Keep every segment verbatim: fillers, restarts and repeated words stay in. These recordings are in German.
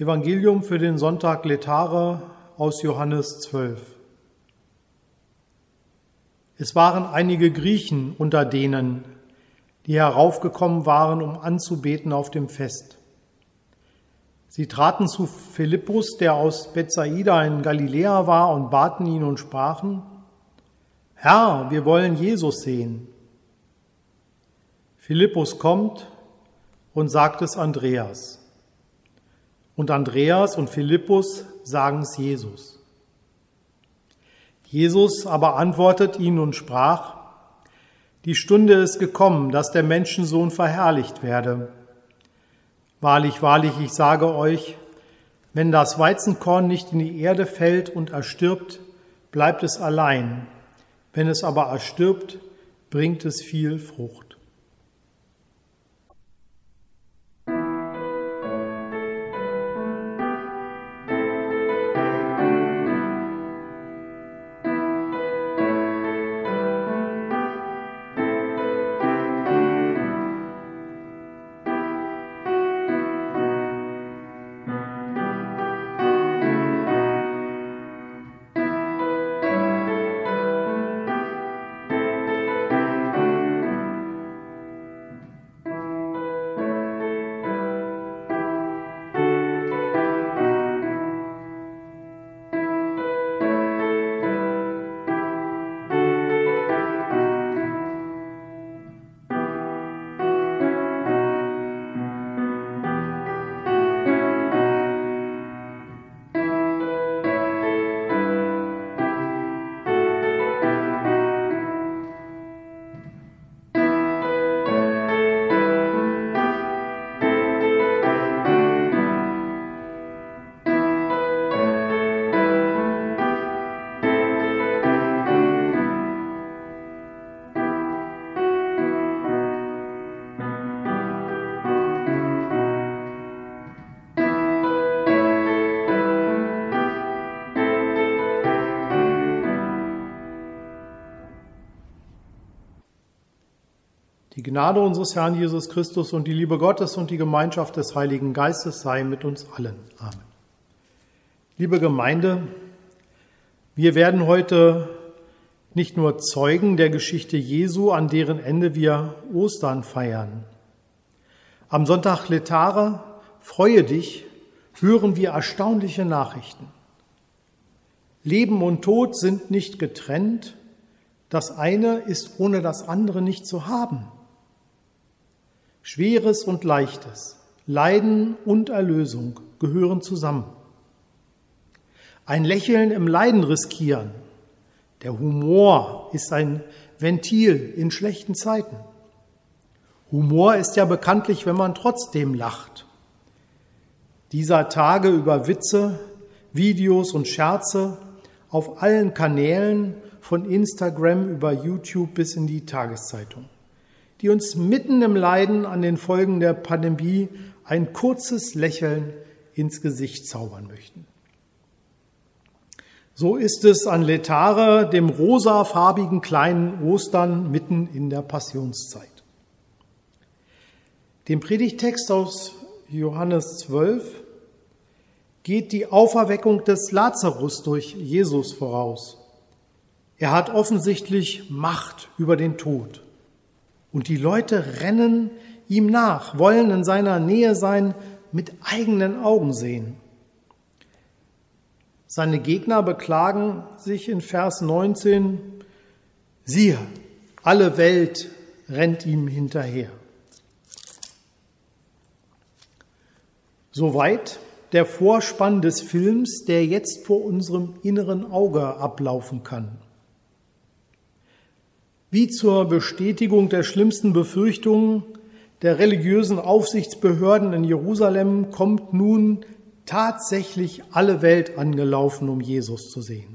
Evangelium für den Sonntag Laetare aus Johannes zwölf. Es waren einige Griechen unter denen, die heraufgekommen waren, um anzubeten auf dem Fest. Sie traten zu Philippus, der aus Bethsaida in Galiläa war, und baten ihn und sprachen: Herr, wir wollen Jesus sehen. Philippus kommt und sagt es Andreas. Und Andreas und Philippus sagen es Jesus. Jesus aber antwortet ihnen und sprach: Die Stunde ist gekommen, dass der Menschensohn verherrlicht werde. Wahrlich, wahrlich, ich sage euch, wenn das Weizenkorn nicht in die Erde fällt und erstirbt, bleibt es allein. Wenn es aber erstirbt, bringt es viel Frucht. Die Gnade unseres Herrn Jesus Christus und die Liebe Gottes und die Gemeinschaft des Heiligen Geistes sei mit uns allen. Amen. Liebe Gemeinde, wir werden heute nicht nur Zeugen der Geschichte Jesu, an deren Ende wir Ostern feiern. Am Sonntag Laetare, freue dich, hören wir erstaunliche Nachrichten. Leben und Tod sind nicht getrennt, das eine ist ohne das andere nicht zu haben. Schweres und Leichtes, Leiden und Erlösung gehören zusammen. Ein Lächeln im Leiden riskieren. Der Humor ist ein Ventil in schlechten Zeiten. Humor ist ja bekanntlich, wenn man trotzdem lacht. Dieser Tage über Witze, Videos und Scherze auf allen Kanälen, von Instagram über YouTube bis in die Tageszeitung, die uns mitten im Leiden an den Folgen der Pandemie ein kurzes Lächeln ins Gesicht zaubern möchten. So ist es an Laetare, dem rosafarbigen kleinen Ostern mitten in der Passionszeit. Dem Predigttext aus Johannes zwölf geht die Auferweckung des Lazarus durch Jesus voraus. Er hat offensichtlich Macht über den Tod. Und die Leute rennen ihm nach, wollen in seiner Nähe sein, mit eigenen Augen sehen. Seine Gegner beklagen sich in Vers neunzehn: Siehe, alle Welt rennt ihm hinterher. Soweit der Vorspann des Films, der jetzt vor unserem inneren Auge ablaufen kann. Wie zur Bestätigung der schlimmsten Befürchtungen der religiösen Aufsichtsbehörden in Jerusalem kommt nun tatsächlich alle Welt angelaufen, um Jesus zu sehen.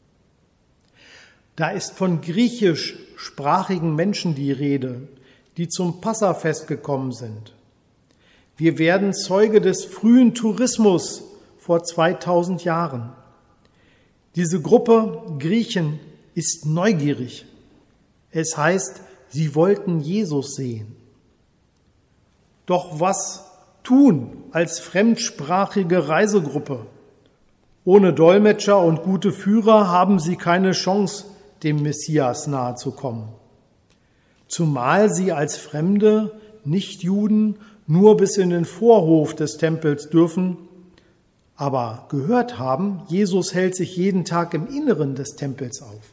Da ist von griechischsprachigen Menschen die Rede, die zum Passafest gekommen sind. Wir werden Zeuge des frühen Tourismus vor zweitausend Jahren. Diese Gruppe Griechen ist neugierig. Es heißt, sie wollten Jesus sehen. Doch was tun als fremdsprachige Reisegruppe. Ohne Dolmetscher und gute Führer haben sie keine Chance, dem Messias nahe zu kommen. Zumal sie als Fremde, Nichtjuden, nur bis in den Vorhof des Tempels dürfen, aber gehört haben, Jesus hält sich jeden Tag im Inneren des Tempels auf.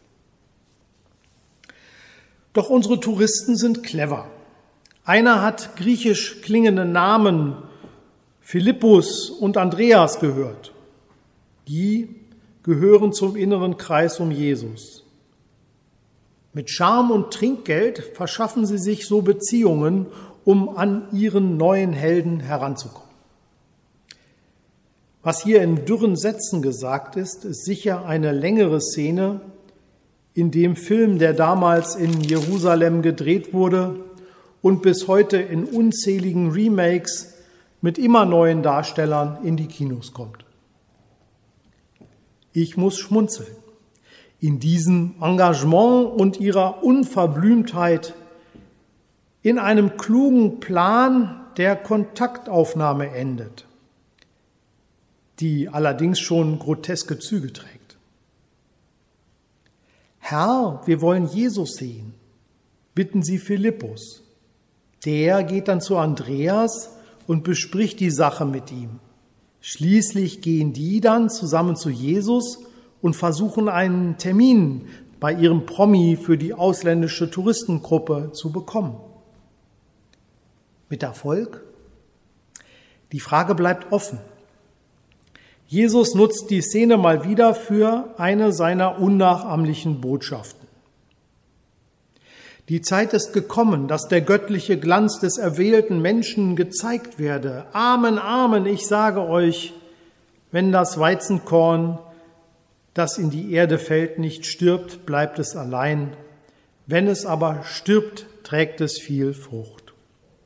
Doch unsere Touristen sind clever. Einer hat griechisch klingende Namen, Philippus und Andreas, gehört. Die gehören zum inneren Kreis um Jesus. Mit Charme und Trinkgeld verschaffen sie sich so Beziehungen, um an ihren neuen Helden heranzukommen. Was hier in dürren Sätzen gesagt ist, ist sicher eine längere Szene in dem Film, der damals in Jerusalem gedreht wurde und bis heute in unzähligen Remakes mit immer neuen Darstellern in die Kinos kommt. Ich muss schmunzeln. In diesem Engagement und ihrer Unverblümtheit, in einem klugen Plan, der Kontaktaufnahme endet, die allerdings schon groteske Züge trägt. Herr, wir wollen Jesus sehen, bitten sie Philippus. Der geht dann zu Andreas und bespricht die Sache mit ihm. Schließlich gehen die dann zusammen zu Jesus und versuchen einen Termin bei ihrem Promi für die ausländische Touristengruppe zu bekommen. Mit Erfolg? Die Frage bleibt offen. Jesus nutzt die Szene mal wieder für eine seiner unnachahmlichen Botschaften. Die Zeit ist gekommen, dass der göttliche Glanz des erwählten Menschen gezeigt werde. Amen, Amen, ich sage euch, wenn das Weizenkorn, das in die Erde fällt, nicht stirbt, bleibt es allein. Wenn es aber stirbt, trägt es viel Frucht.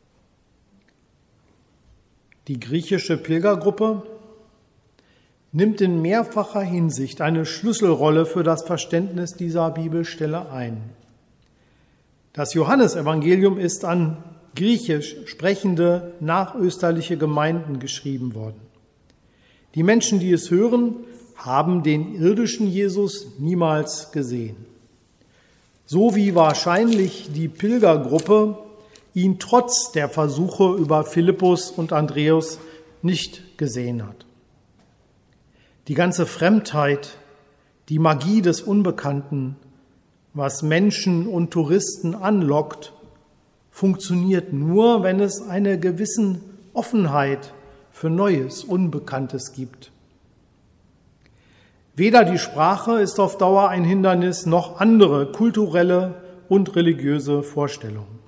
Die griechische Pilgergruppe nimmt in mehrfacher Hinsicht eine Schlüsselrolle für das Verständnis dieser Bibelstelle ein. Das Johannesevangelium ist an griechisch sprechende nachösterliche Gemeinden geschrieben worden. Die Menschen, die es hören, haben den irdischen Jesus niemals gesehen. So wie wahrscheinlich die Pilgergruppe ihn trotz der Versuche über Philippus und Andreas nicht gesehen hat. Die ganze Fremdheit, die Magie des Unbekannten, was Menschen und Touristen anlockt, funktioniert nur, wenn es eine gewisse Offenheit für Neues, Unbekanntes gibt. Weder die Sprache ist auf Dauer ein Hindernis, noch andere kulturelle und religiöse Vorstellungen.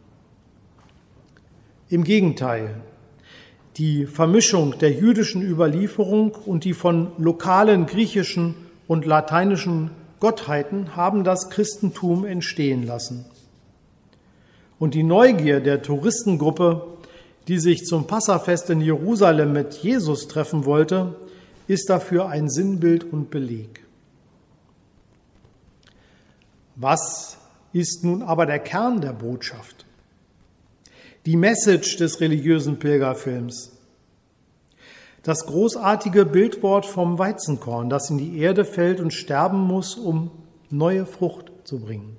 Im Gegenteil, die Vermischung der jüdischen Überlieferung und die von lokalen griechischen und lateinischen Gottheiten haben das Christentum entstehen lassen. Und die Neugier der Touristengruppe, die sich zum Passafest in Jerusalem mit Jesus treffen wollte, ist dafür ein Sinnbild und Beleg. Was ist nun aber der Kern der Botschaft? Die Message des religiösen Pilgerfilms. Das großartige Bildwort vom Weizenkorn, das in die Erde fällt und sterben muss, um neue Frucht zu bringen.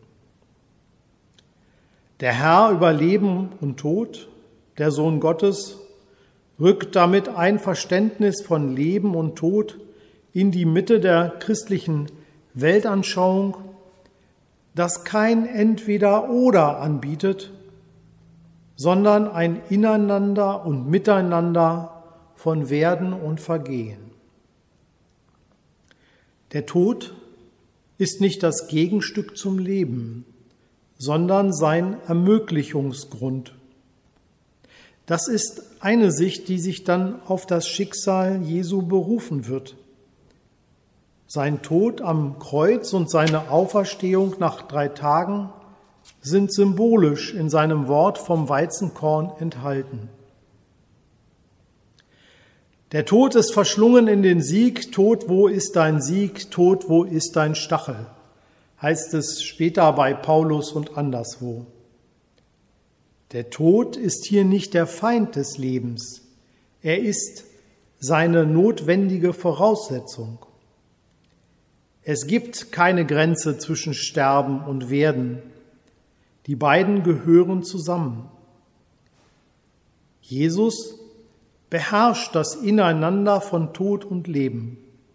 Der Herr über Leben und Tod, der Sohn Gottes, rückt damit ein Verständnis von Leben und Tod in die Mitte der christlichen Weltanschauung, das kein Entweder-Oder anbietet, sondern ein Ineinander und Miteinander von Werden und Vergehen. Der Tod ist nicht das Gegenstück zum Leben, sondern sein Ermöglichungsgrund. Das ist eine Sicht, die sich dann auf das Schicksal Jesu berufen wird. Sein Tod am Kreuz und seine Auferstehung nach drei Tagen sind symbolisch in seinem Wort vom Weizenkorn enthalten. Der Tod ist verschlungen in den Sieg. Tod, wo ist dein Sieg? Tod, wo ist dein Stachel? Heißt es später bei Paulus und anderswo. Der Tod ist hier nicht der Feind des Lebens. Er ist seine notwendige Voraussetzung. Es gibt keine Grenze zwischen Sterben und Werden. Die beiden gehören zusammen. Jesus beherrscht das Ineinander von Tod und Leben.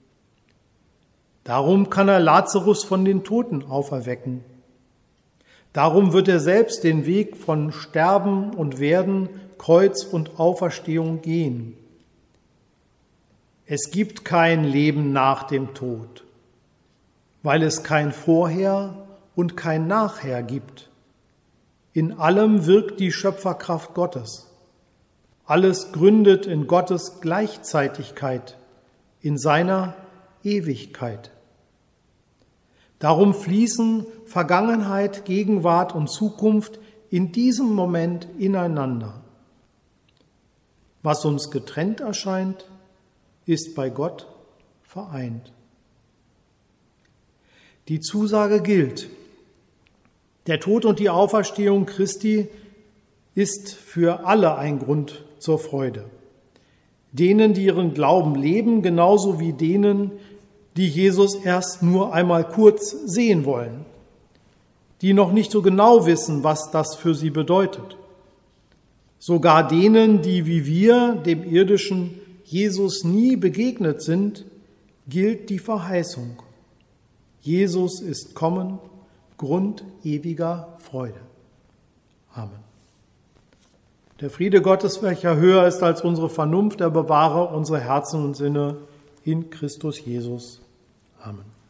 Darum kann er Lazarus von den Toten auferwecken. Darum wird er selbst den Weg von Sterben und Werden, Kreuz und Auferstehung gehen. Es gibt kein Leben nach dem Tod, weil es kein Vorher und kein Nachher gibt. In allem wirkt die Schöpferkraft Gottes. Alles gründet in Gottes Gleichzeitigkeit, in seiner Ewigkeit. Darum fließen Vergangenheit, Gegenwart und Zukunft in diesem Moment ineinander. Was uns getrennt erscheint, ist bei Gott vereint. Die Zusage gilt: Der Tod und die Auferstehung Christi ist für alle ein Grund zur Freude. Denen, die ihren Glauben leben, genauso wie denen, die Jesus erst nur einmal kurz sehen wollen, die noch nicht so genau wissen, was das für sie bedeutet. Sogar denen, die wie wir dem irdischen Jesus nie begegnet sind, gilt die Verheißung: Jesus ist kommen, Grund ewiger Freude. Amen. Der Friede Gottes, welcher höher ist als unsere Vernunft, er bewahre unsere Herzen und Sinne in Christus Jesus. Amen.